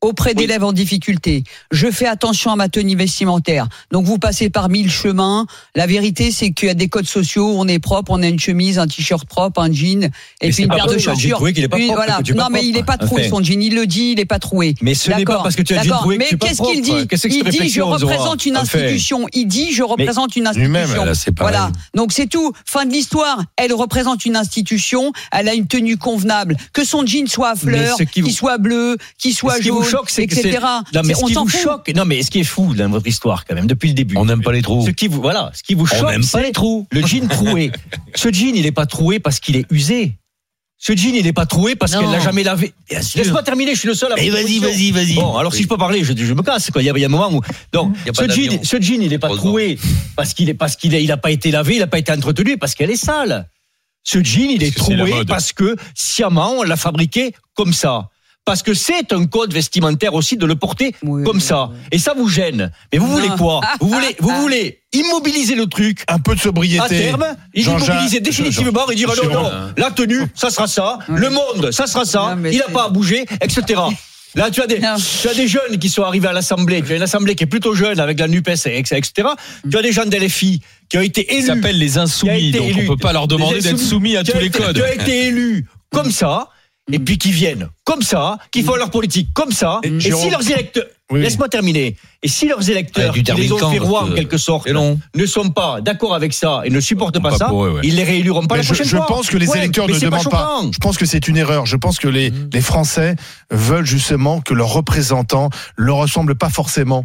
auprès d'élèves en difficulté. Je fais attention à ma tenue vestimentaire. Donc vous passez par 1000 chemins. La vérité, c'est qu'il y a des codes sociaux. On est propre, on a une chemise, un t-shirt propre, un jean, et puis une paire de chaussures. Voilà. Non, mais il n'est pas troué son jean. Il le dit, il n'est pas troué. Mais ce n'est pas parce que tu as un jean troué que tu es pas propre. Mais qu'est-ce qu'il dit ? Il dit je représente une institution. Il dit je représente une institution. Voilà. Donc c'est tout. Fin de l'histoire. Elle représente une institution. Elle a une tenue convenable. Que son jean soit à fleurs, qu'il soit bleu, qu'il soit jaune, etc. Non, mais ce qui vous choque, non, mais ce qui est fou dans votre histoire, quand même, depuis le début. On n'aime pas les trous. Ce qui vous choque, on n'aime pas les trous. Le jean troué. Ce jean, il n'est pas troué parce qu'il est usé. Ce jean, il n'est pas troué parce qu'elle l'a jamais lavé. Laisse-moi terminer, je suis le seul à vous. Vas-y. Bon, alors si je peux parler, je me casse, quoi. Il y a un moment où, donc, ce jean, il n'est pas troué parce qu'il a pas été lavé, il n'a pas été entretenu, parce qu'elle est sale. Ce jean, il est troué parce que sciemment, on l'a fabriqué comme ça. Parce que c'est un code vestimentaire aussi de le porter comme ça. Et ça vous gêne. Mais vous voulez quoi ? Vous voulez immobiliser le truc. Un peu de sobriété. À terme, immobiliser définitivement et dire non, la tenue, ça sera ça. Le monde, ça sera ça. Il n'a pas à bouger, etc. Là, tu as des jeunes qui sont arrivés à l'Assemblée. Tu as une Assemblée qui est plutôt jeune avec la NUPES, etc. Tu as des jeunes d'LFI qui ont été élus. Ils s'appellent les insoumis, donc on ne peut pas leur demander d'être soumis à tous les codes. Qui ont été élus comme ça. Et puis qui viennent comme ça, qui font leur politique comme ça, et si leurs électeurs, laisse-moi terminer, et si leurs électeurs, qui les ont fait roi en quelque sorte, ne sont pas d'accord avec ça et ne supportent pas ça, ils les rééluront pas la prochaine fois. Je pense que les électeurs ne demandent pas. Je pense que c'est une erreur. Je pense que les Français veulent justement que leurs représentants leur ressemblent pas forcément.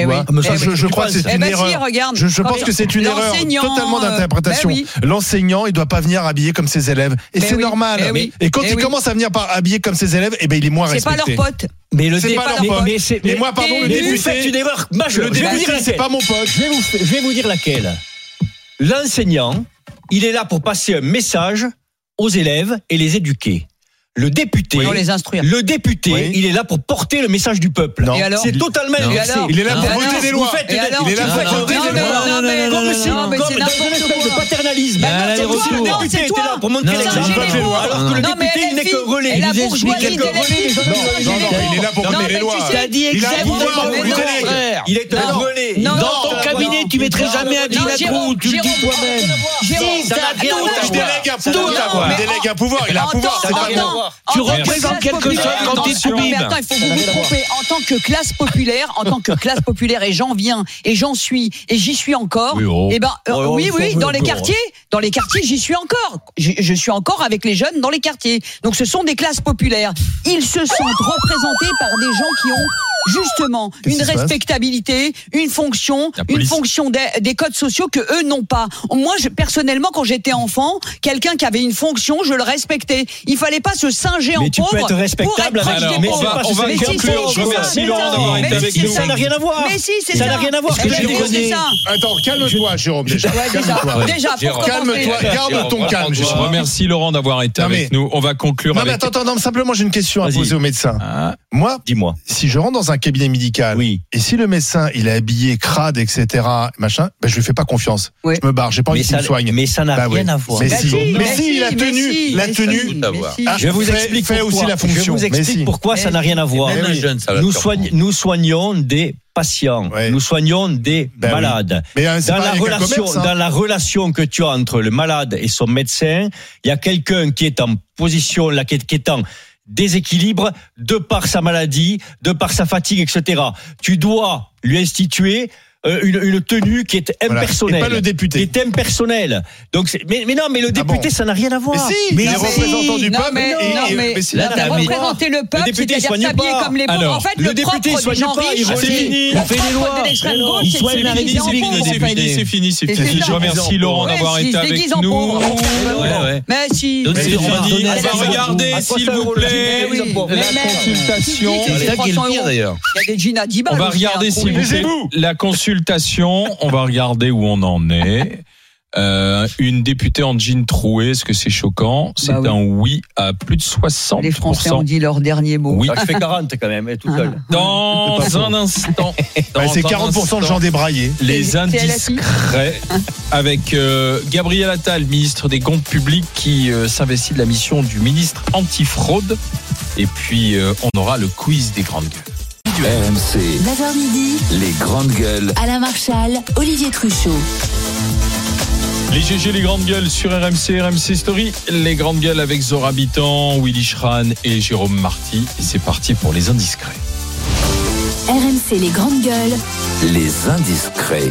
Je crois que c'est une erreur. Je pense que c'est une erreur totalement d'interprétation. L'enseignant, il doit pas venir habillé comme ses élèves, et c'est normal. Et quand il commence à venir habillé comme ses élèves, et ben il est moins respecté. C'est pas leur pote. Mais le mais moi, pardon, le député. Vous faites une erreur majeure. C'est pas mon pote. Je vais vous dire laquelle. L'enseignant, il est là pour passer un message aux élèves et les éduquer. Le député, les instruire. Il est là pour porter le message du peuple. C'est totalement inversé. Il est là pour voter des lois. Il est là pour voter des lois. Comme dans une espèce de paternalisme. Le député était là pour montrer l'exemple. Alors que le député, il n'est que relais. Il est là pour voter les lois. T'as dit exactement le contraire. Il est un relais. Dans ton cabinet, tu mettrais jamais un jean à trous. Tu le dis toi-même. Il délègue un pouvoir. Il a un pouvoir. C'est pas bon. Tu représentes quelque chose quand tu es soubime. Attends, il faut vous tromper. En tant que classe populaire, et j'en viens, et j'en suis, et j'y suis encore. Oui, dans les quartiers, j'y suis encore. Je suis encore avec les jeunes dans les quartiers. Donc ce sont des classes populaires. Ils se sentent représentés par des gens qui ont justement une respectabilité, une fonction des codes sociaux que eux n'ont pas. Moi, personnellement, quand j'étais enfant, quelqu'un qui avait une fonction, je le respectais. Il fallait pas se singer en pauvre. Mais tu peux être respectable avec des pauvres. On va conclure. Je remercie Laurent d'avoir été avec nous. Ça n'a rien à voir. Mais si, c'est ça. Ça n'a rien à voir. Attends, calme-toi, Jérôme. Déjà, calme-toi. Garde ton calme. Je remercie Laurent d'avoir été avec nous. On va conclure. Non, mais attends, simplement, j'ai une question à poser au médecin. Moi, dis-moi. Si je rentre dans un cabinet médical, et si le médecin, il est habillé crade, etc., machin, je lui fais pas confiance. Je me barre. J'ai pas envie qu'il me soigne. Mais ça n'a rien à voir. Mais si, la tenue. Je vous explique aussi la fonction. Je vous explique pourquoi ça n'a rien à voir. Nous soignons des patients, nous soignons des malades. Dans la relation que tu as entre le malade et son médecin, il y a quelqu'un qui est en position, qui est en déséquilibre de par sa maladie, de par sa fatigue, etc. Tu dois lui instituer une tenue qui est impersonnelle. Et pas le député. Qui est impersonnelle. Donc mais le député, ça n'a rien à voir. Mais il est représentant du peuple. Représenter le peuple, c'est-à-dire s'habiller comme les pauvres. En fait, le député ne soigne pas, il fait des lois. Il soigne la République. C'est fini. Je remercie Laurent d'avoir été avec nous. Mais si. On va regarder, s'il vous plaît, la consultation. C'est ça qui est le pire d'ailleurs. Il y a des jeans à 10 balles. On va regarder, s'il vous plaît, la consultation. On va regarder où on en est. Une députée en jean troué, est-ce que c'est choquant ? C'est un oui à plus de 60%. Les Français ont dit leur dernier mot. Oui. Je fais 40 quand même, tout seul. Dans un instant. C'est 40% de gens débraillés. Les indiscrets avec Gabriel Attal, ministre des Comptes Publics, qui s'investit de la mission du ministre antifraude. Et puis, on aura le quiz des grandes gueules. individuelle. RMC, 9h midi, les grandes gueules. Alain Marchal, Olivier Truchot. Les GG, les grandes gueules sur RMC Story. Les grandes gueules avec Zora Bitan, Willy Schran et Jérôme Marty. Et c'est parti pour les indiscrets. RMC, les grandes gueules. Les indiscrets.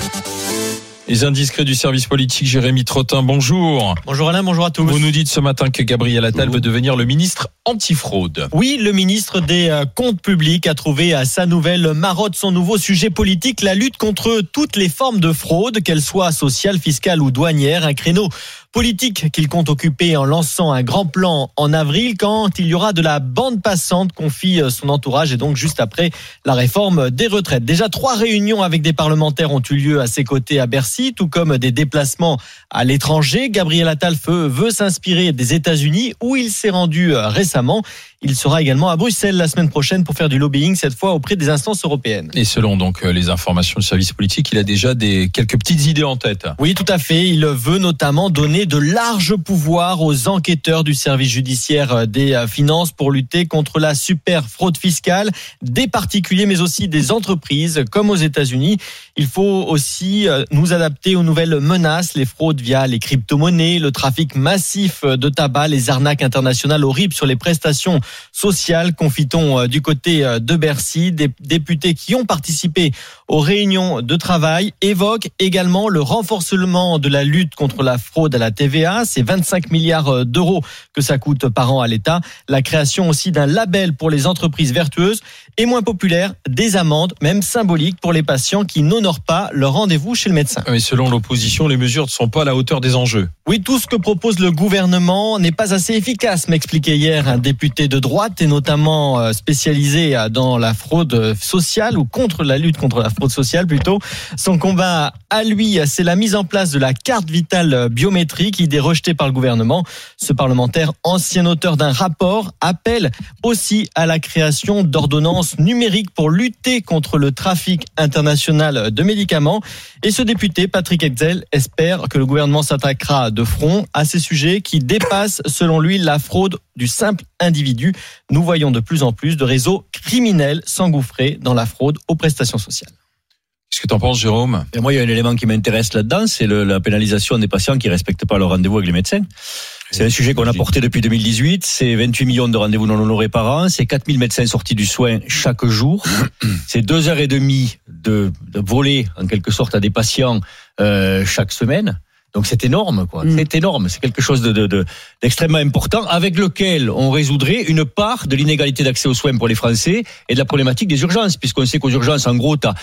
Les indiscrets du service politique, Jérémy Trottin, bonjour. Bonjour Alain, bonjour à tous. Vous nous dites ce matin que Gabriel Attal veut devenir le ministre antifraude. Oui, le ministre des Comptes publics a trouvé à sa nouvelle marotte son nouveau sujet politique, la lutte contre toutes les formes de fraude, qu'elles soient sociales, fiscales ou douanières. Un créneau politique qu'il compte occuper en lançant un grand plan en avril quand il y aura de la bande passante, confie son entourage, et donc juste après la réforme des retraites. Déjà 3 réunions avec des parlementaires ont eu lieu à ses côtés à Bercy, tout comme des déplacements à l'étranger. Gabriel Attal veut s'inspirer des États-Unis où il s'est rendu récemment. Il sera également à Bruxelles la semaine prochaine pour faire du lobbying, cette fois auprès des instances européennes. Et selon donc les informations du service politique, il a déjà quelques petites idées en tête. Oui, tout à fait. Il veut notamment donner de larges pouvoirs aux enquêteurs du service judiciaire des finances pour lutter contre la super fraude fiscale des particuliers, mais aussi des entreprises, comme aux États-Unis. Il faut aussi nous adapter aux nouvelles menaces, les fraudes via les crypto-monnaies, le trafic massif de tabac, les arnaques internationales horribles sur les prestations sociales, confie-t-on du côté de Bercy. Des députés qui ont participé aux réunions de travail évoquent également le renforcement de la lutte contre la fraude à la TVA. C'est 25 milliards d'euros que ça coûte par an à l'État. La création aussi d'un label pour les entreprises vertueuses et moins populaire, des amendes, même symboliques, pour les patients qui n'honorent pas leur rendez-vous chez le médecin. Mais selon l'opposition, les mesures ne sont pas à la hauteur des enjeux. Oui, tout ce que propose le gouvernement n'est pas assez efficace, m'expliquait hier un député de droite, et notamment spécialisé dans la fraude sociale, ou contre la lutte contre la fraude sociale plutôt. Son combat à lui, c'est la mise en place de la carte vitale biométrique, idée rejetée par le gouvernement. Ce parlementaire, ancien auteur d'un rapport, appelle aussi à la création d'ordonnances numériques pour lutter contre le trafic international de médicaments. Et ce député, Patrick Hetzel, espère que le gouvernement s'attaquera de front à ces sujets qui dépassent, selon lui, la fraude du simple individu. Nous voyons de plus en plus de réseaux criminels s'engouffrer dans la fraude aux prestations sociales. Qu'est-ce que tu en penses, Jérôme ? Et moi, il y a un élément qui m'intéresse là-dedans, c'est la pénalisation des patients qui ne respectent pas leur rendez-vous avec les médecins. C'est un sujet qu'on a porté depuis 2018. C'est 28 millions de rendez-vous non honorés par an. C'est 4000 médecins sortis du soin chaque jour. C'est 2h30 de voler, en quelque sorte, à des patients chaque semaine. Donc c'est énorme, quoi. C'est énorme. C'est quelque chose d'extrêmement important, avec lequel on résoudrait une part de l'inégalité d'accès aux soins pour les Français et de la problématique des urgences, puisqu'on sait qu'aux urgences, en gros, tu as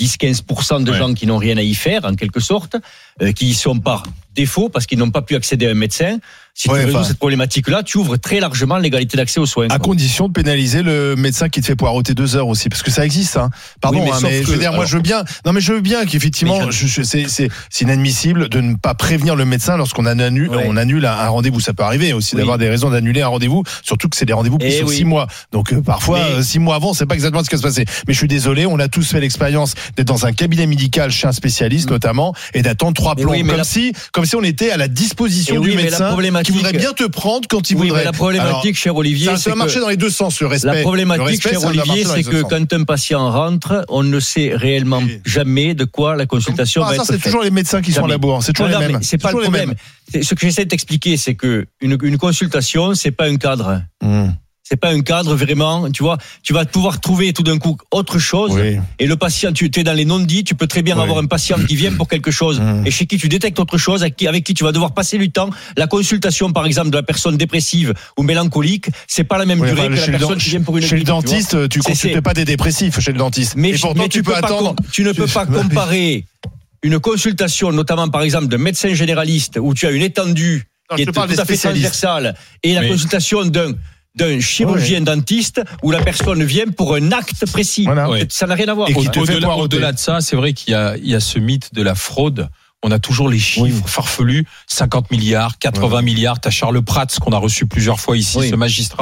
10-15% de gens qui n'ont rien à y faire, en quelque sorte, qui y sont par défaut parce qu'ils n'ont pas pu accéder à un médecin. Si tu résous cette problématique-là, tu ouvres très largement l'égalité d'accès aux soins. À condition de pénaliser le médecin qui te fait poireauter 2 heures aussi, parce que ça existe, hein. Pardon, oui, mais je veux dire, moi je veux bien. Non, mais je veux bien qu'effectivement, c'est inadmissible de ne pas prévenir le médecin lorsqu'on annule, on annule un rendez-vous. Ça peut arriver aussi d'avoir des raisons d'annuler un rendez-vous, surtout que c'est des rendez-vous plus sur 6 mois. Donc parfois 6 mois avant, c'est pas exactement ce qui va se passer. Mais je suis désolé, on a tous fait l'expérience d'être dans un cabinet médical chez un spécialiste notamment et d'attendre 3 plombs, comme si on était à la disposition du médecin qui voudrait bien te prendre quand il voudrait. Mais la problématique, cher Olivier, ça va marcher dans les deux sens, le respect. La problématique, cher Olivier, c'est que quand un patient rentre, on ne sait réellement jamais de quoi la consultation va être faite. C'est toujours les médecins qui sont là-bas, c'est toujours les mêmes. C'est pas le problème. Ce que j'essaie de t'expliquer, c'est que une consultation, c'est pas un cadre. C'est pas un cadre vraiment, tu vois. Tu vas pouvoir trouver tout d'un coup autre chose. Et le patient, tu es dans les non-dits, tu peux très bien avoir un patient qui vient pour quelque chose et chez qui tu détectes autre chose, avec qui tu vas devoir passer du temps. La consultation, par exemple, de la personne dépressive ou mélancolique, c'est pas la même durée que la personne qui vient pour une chez le dentiste, tu consultes pas des dépressifs chez le dentiste. Mais pourtant, tu peux attendre. Tu ne peux pas comparer une consultation, notamment par exemple d'un médecin généraliste où tu as une étendue qui est tout à fait transversale et la consultation d'un chirurgien dentiste où la personne vient pour un acte précis. Ça n'a rien à voir. Et au-delà de ça, c'est vrai qu'il y a ce mythe de la fraude. On a toujours les chiffres farfelus, 50 milliards, 80 milliards. T'as Charles Prats qu'on a reçu plusieurs fois ici, ce magistrat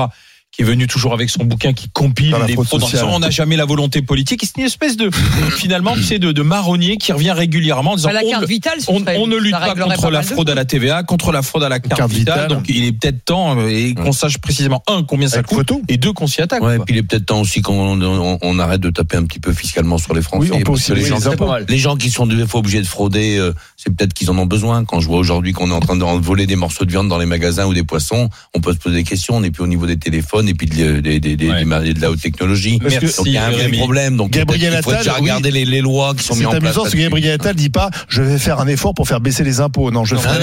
qui est venu toujours avec son bouquin qui compile les fraudes. On n'a jamais la volonté politique. Et c'est une espèce de, finalement, tu sais, de marronnier qui revient régulièrement en disant la carte vitale, on ne lutte pas contre la fraude à la TVA, contre la fraude à la carte vitale. Donc il est peut-être temps qu'on sache précisément, combien ça coûte, et deux, qu'on s'y attaque. Ouais, et puis il est peut-être temps aussi qu'on arrête de taper un petit peu fiscalement sur les Français. Oui, on peut aussi les gens qui sont des fois obligés de frauder, c'est peut-être qu'ils en ont besoin. Quand je vois aujourd'hui qu'on est en train de voler des morceaux de viande dans les magasins ou des poissons, on peut se poser des questions. On n'est plus au niveau des téléphones et puis de la haute technologie. Donc il y a un vrai problème. Donc Gabriel il faut déjà regarder les lois qui sont mises en place. C'est amusant, parce que Gabriel Attal dit pas je vais faire un effort pour faire baisser les impôts. Non, je fais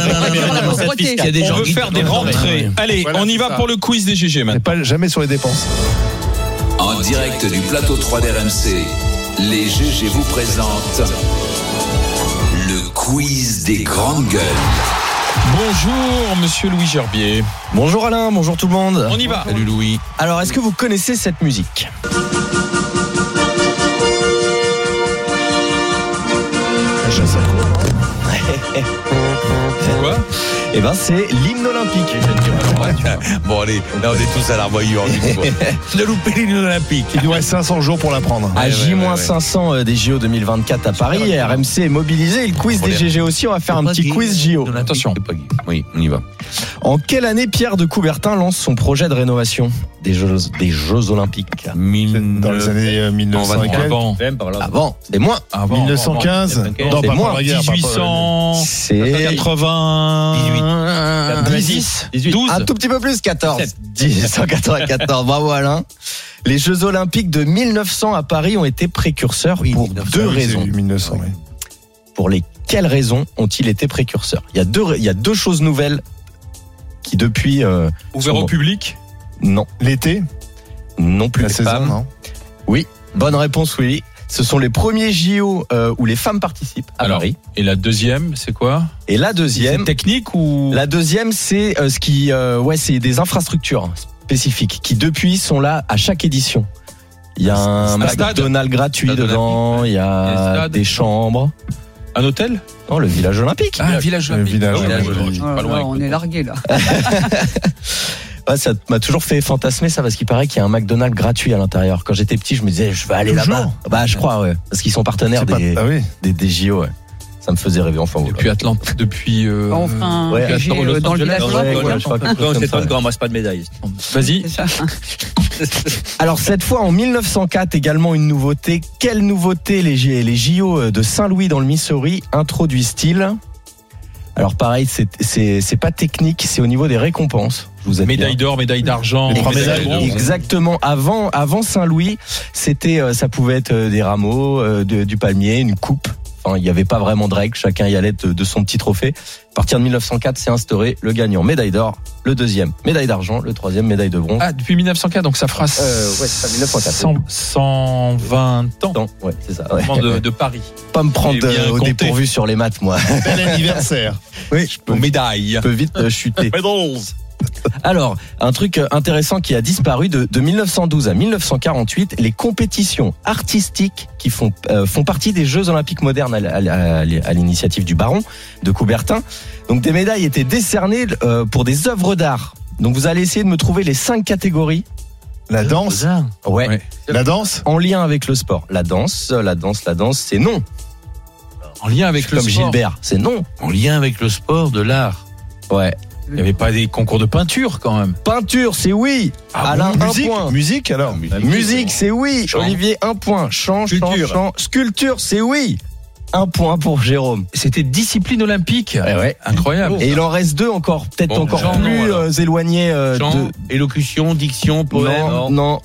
on veut faire des rentrées. Allez, on y va pour le quiz des GG maintenant. Pas jamais sur les dépenses. En direct du plateau 3 d'RMC, les GG vous présentent le quiz des grandes gueules. Bonjour Monsieur Louis Gerbier. Bonjour Alain, bonjour tout le monde. On y va. Salut Louis. Alors, est-ce que vous connaissez cette musique ? C'est quoi ? Eh ben, c'est l'hymne olympique. Bon allez, là on est tous à l'armoyure. De louper l'hymne olympique. Il nous reste 500 jours pour l'apprendre. À J-500 des JO 2024 à Paris, RMC est mobilisé. Le quiz des GG aussi, on va faire un petit quiz JO. Attention. Oui, on y va. En quelle année Pierre de Coubertin lance son projet de rénovation des Jeux Olympiques ? Dans les années 1915. Avant, c'est moins. 1915. Non, pas moins. 1800. C'est 80. 18. 12. Un tout petit peu plus, 14. 1894. Bravo Alain. Les Jeux Olympiques de 1900 à Paris ont été précurseurs pour deux raisons. 1900, oui. Pour quelles raisons ont-ils été précurseurs ? Il y a deux choses nouvelles qui depuis ouvert au public ? Non. L'été ? Non plus. La saison, femmes. Non. Oui. Bonne réponse, oui. Ce sont les premiers JO où les femmes participent à Paris. Et la deuxième, c'est quoi ? Et la deuxième, c'est technique ou ? La deuxième, c'est c'est des infrastructures spécifiques qui depuis sont là à chaque édition. Il y a un McDonald's gratuit dedans, il y a des chambres. Un hôtel ? Non, le village olympique. Ah, un village olympique. Pas loin. On est largué là. Ouais, ça m'a toujours fait fantasmer ça parce qu'il paraît qu'il y a un McDonald's gratuit à l'intérieur. Quand j'étais petit, je me disais je vais aller là-bas. Bah je crois, ouais, parce qu'ils sont partenaires des JO. Ouais. Ça me faisait rêver. Enfin, depuis Atlante, depuis. On fera un PG dans le village olympique. C'est pas qu'on ramasse pas de médailles. Vas-y. Alors cette fois en 1904 également une nouveauté. Quelle nouveauté les JO de Saint-Louis dans le Missouri introduisent-ils ? Alors pareil, c'est pas technique, c'est au niveau des récompenses. Je vous aide médaille d'or, médaille d'argent, les 3 médailles. Exactement. Avant Saint-Louis, ça pouvait être des rameaux, du palmier, une coupe. Enfin, il n'y avait pas vraiment de règles, chacun y allait de son petit trophée. À partir de 1904, c'est instauré le gagnant médaille d'or, le deuxième médaille d'argent, le troisième médaille de bronze. Ah, depuis 1904, donc ça fera c'est 1904. 120 ans. Ouais, c'est ça. Ouais. De Paris. Pas me prendre au dépourvu sur les maths, moi. Bel anniversaire. Oui, médaille. Je peux vite chuter. Alors, un truc intéressant qui a disparu de 1912 à 1948, les compétitions artistiques qui font partie des Jeux Olympiques modernes à l'initiative du baron de Coubertin. Donc des médailles étaient décernées pour des œuvres d'art. Donc vous allez essayer de me trouver les 5 catégories. La danse ? Ouais. La danse ? En lien avec le sport. La danse, c'est non. En lien avec le sport. Comme Gilbert, c'est non. En lien avec le sport, de l'art. Ouais. Il n'y avait pas des concours de peinture quand même. Peinture, c'est oui. Alain, musique, 1 point. Musique alors. Musique, c'est oui. Chant. Olivier, 1 point. Chant. Sculpture, c'est oui. 1 point pour Jérôme. C'était discipline olympique. Ouais. Incroyable. Et il en reste 2 encore, peut-être encore plus éloignés. Élocution, diction, poème. Non.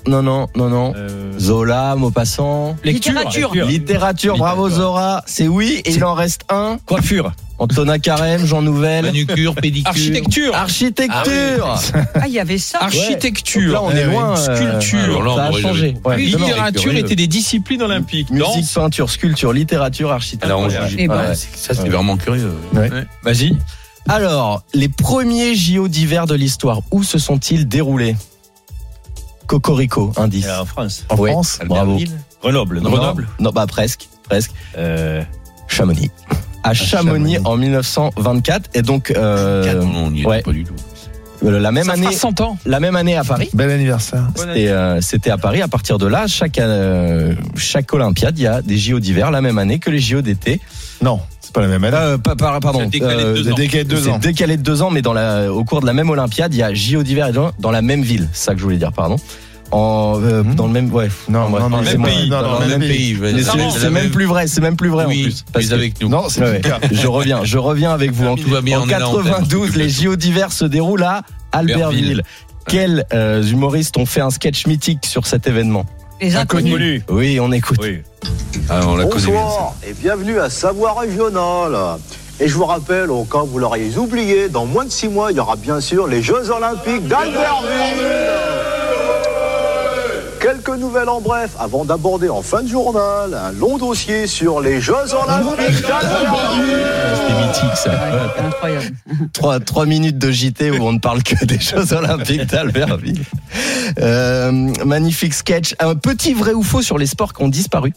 Zola, Maupassant. Littérature, bravo Zora. C'est oui. Et il en reste 1. Coiffure. Antonin Carême, Jean Nouvel. Manucure, pédicure. Architecture. Il y avait ça. Architecture. Là, on est loin. Sculpture. Ça a changé. Littérature étaient des disciplines olympiques. Musique, peinture, sculpture, littérature, architecture. Ça, c'est vraiment curieux. Ouais. Vas-y. Alors, les premiers JO d'hiver de l'histoire, où se sont-ils déroulés ? Cocorico, indice. En France. En France. Bravo. Grenoble. Non, presque. Chamonix. À Chamonix en 1924 et donc on n'y était pas du tout. la même année. 100 ans. La même année à Paris. Bel anniversaire. C'était à Paris. À partir de là, chaque Olympiade, il y a des JO d'hiver la même année que les JO d'été. Non, c'est pas la même année. Pardon. C'est décalé de 2 ans. C'est décalé de 2 ans, mais au cours de la même Olympiade, il y a JO d'hiver dans la même ville. C'est ça que je voulais dire, pardon. Dans le même, ouais. Non, même pays. Dans le même pays. C'est même plus vrai. C'est même plus vrai oui, en plus. Parce avec nous. Non, c'est le cas. Je reviens avec vous. En 92, les JO d'hiver se déroulent à Albertville. Quels humoristes ont fait un sketch mythique sur cet événement? Les inconnus. Oui, on écoute. Oui. On l'a connu. Bonsoir et bienvenue à Savoir Régional. Et je vous rappelle, au cas où vous l'auriez oublié, dans moins de 6 mois, il y aura bien sûr les Jeux Olympiques d'Albertville. Quelques nouvelles en bref, avant d'aborder en fin de journal un long dossier sur les Jeux Olympiques d'Albertville. C'était mythique, ça. Ouais, incroyable. 3 minutes de JT où on ne parle que des Jeux Olympiques d'Albertville. Magnifique sketch. Un petit vrai ou faux sur les sports qui ont disparu.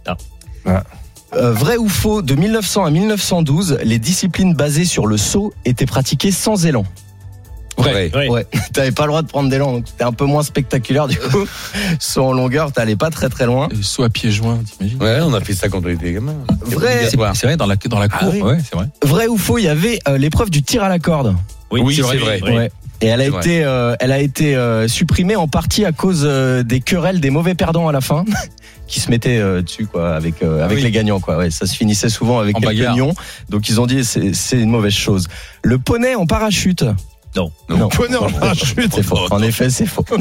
Vrai ou faux, de 1900 à 1912, les disciplines basées sur le saut étaient pratiquées sans élan. Vrai. Ouais. T'avais pas le droit de prendre d'élan, donc c'était un peu moins spectaculaire du coup. Saut en longueur, t'allais pas très très loin. Soit à pieds joints, t'imagines? Ouais, on a fait ça quand on était gamin. Vrai. C'est vrai, dans la cour. oui. Ouais, c'est vrai. Vrai ou faux, il y avait l'épreuve du tir à la corde. Oui, c'est vrai. Ouais. Et elle a été supprimée en partie à cause des querelles des mauvais perdants à la fin, qui se mettaient dessus quoi, avec les gagnants quoi. Ouais, ça se finissait souvent avec quelques nions. Donc ils ont dit c'est une mauvaise chose. Le poney en parachute. Non. Poney en parachute. C'est faux. En effet, c'est faux.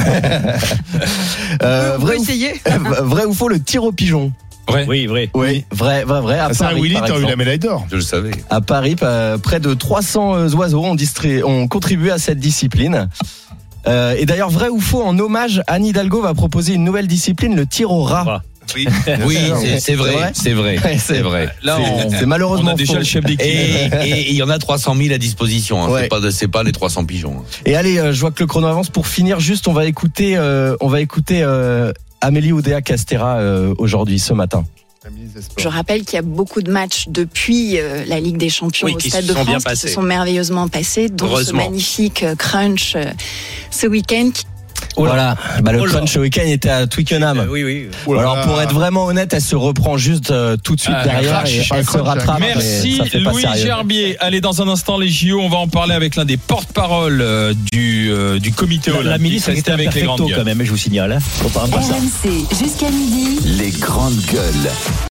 Vrai ou faux, le tir au pigeon. Vrai. Oui, vrai. Oui, vrai. À Ça, Paris, Willy, par t'as eu exemple. la médaille d'or. Je le savais. À Paris, près de 300 oiseaux ont contribué à cette discipline. Et d'ailleurs, vrai ou faux, en hommage, Anne Hidalgo va proposer une nouvelle discipline, le tir au rat. Oui, c'est vrai. C'est vrai. Là, c'est malheureusement on a déjà faux. le chef d'équipe. Et il y en a 300 000 à disposition. Hein. Ouais. C'est pas les 300 pigeons. Hein. Et allez, je vois que le chrono avance. Pour finir, juste, on va écouter Amélie Oudéa-Castéra aujourd'hui, ce matin. Je rappelle qu'il y a beaucoup de matchs depuis la Ligue des Champions au Stade de France qui se sont merveilleusement passés, dont ce magnifique crunch ce week-end. Voilà, le crunch ce week-end était à Twickenham. Oui. Alors pour être vraiment honnête, elle se reprend juste tout de suite derrière et elle se rattrape. Merci Louis Gerbier. Allez, dans un instant les JO, on va en parler avec l'un des porte-parole du comité olympique. La ministre était avec les grandes gueules quand même, je vous signale. RMC jusqu'à midi. Les grandes gueules.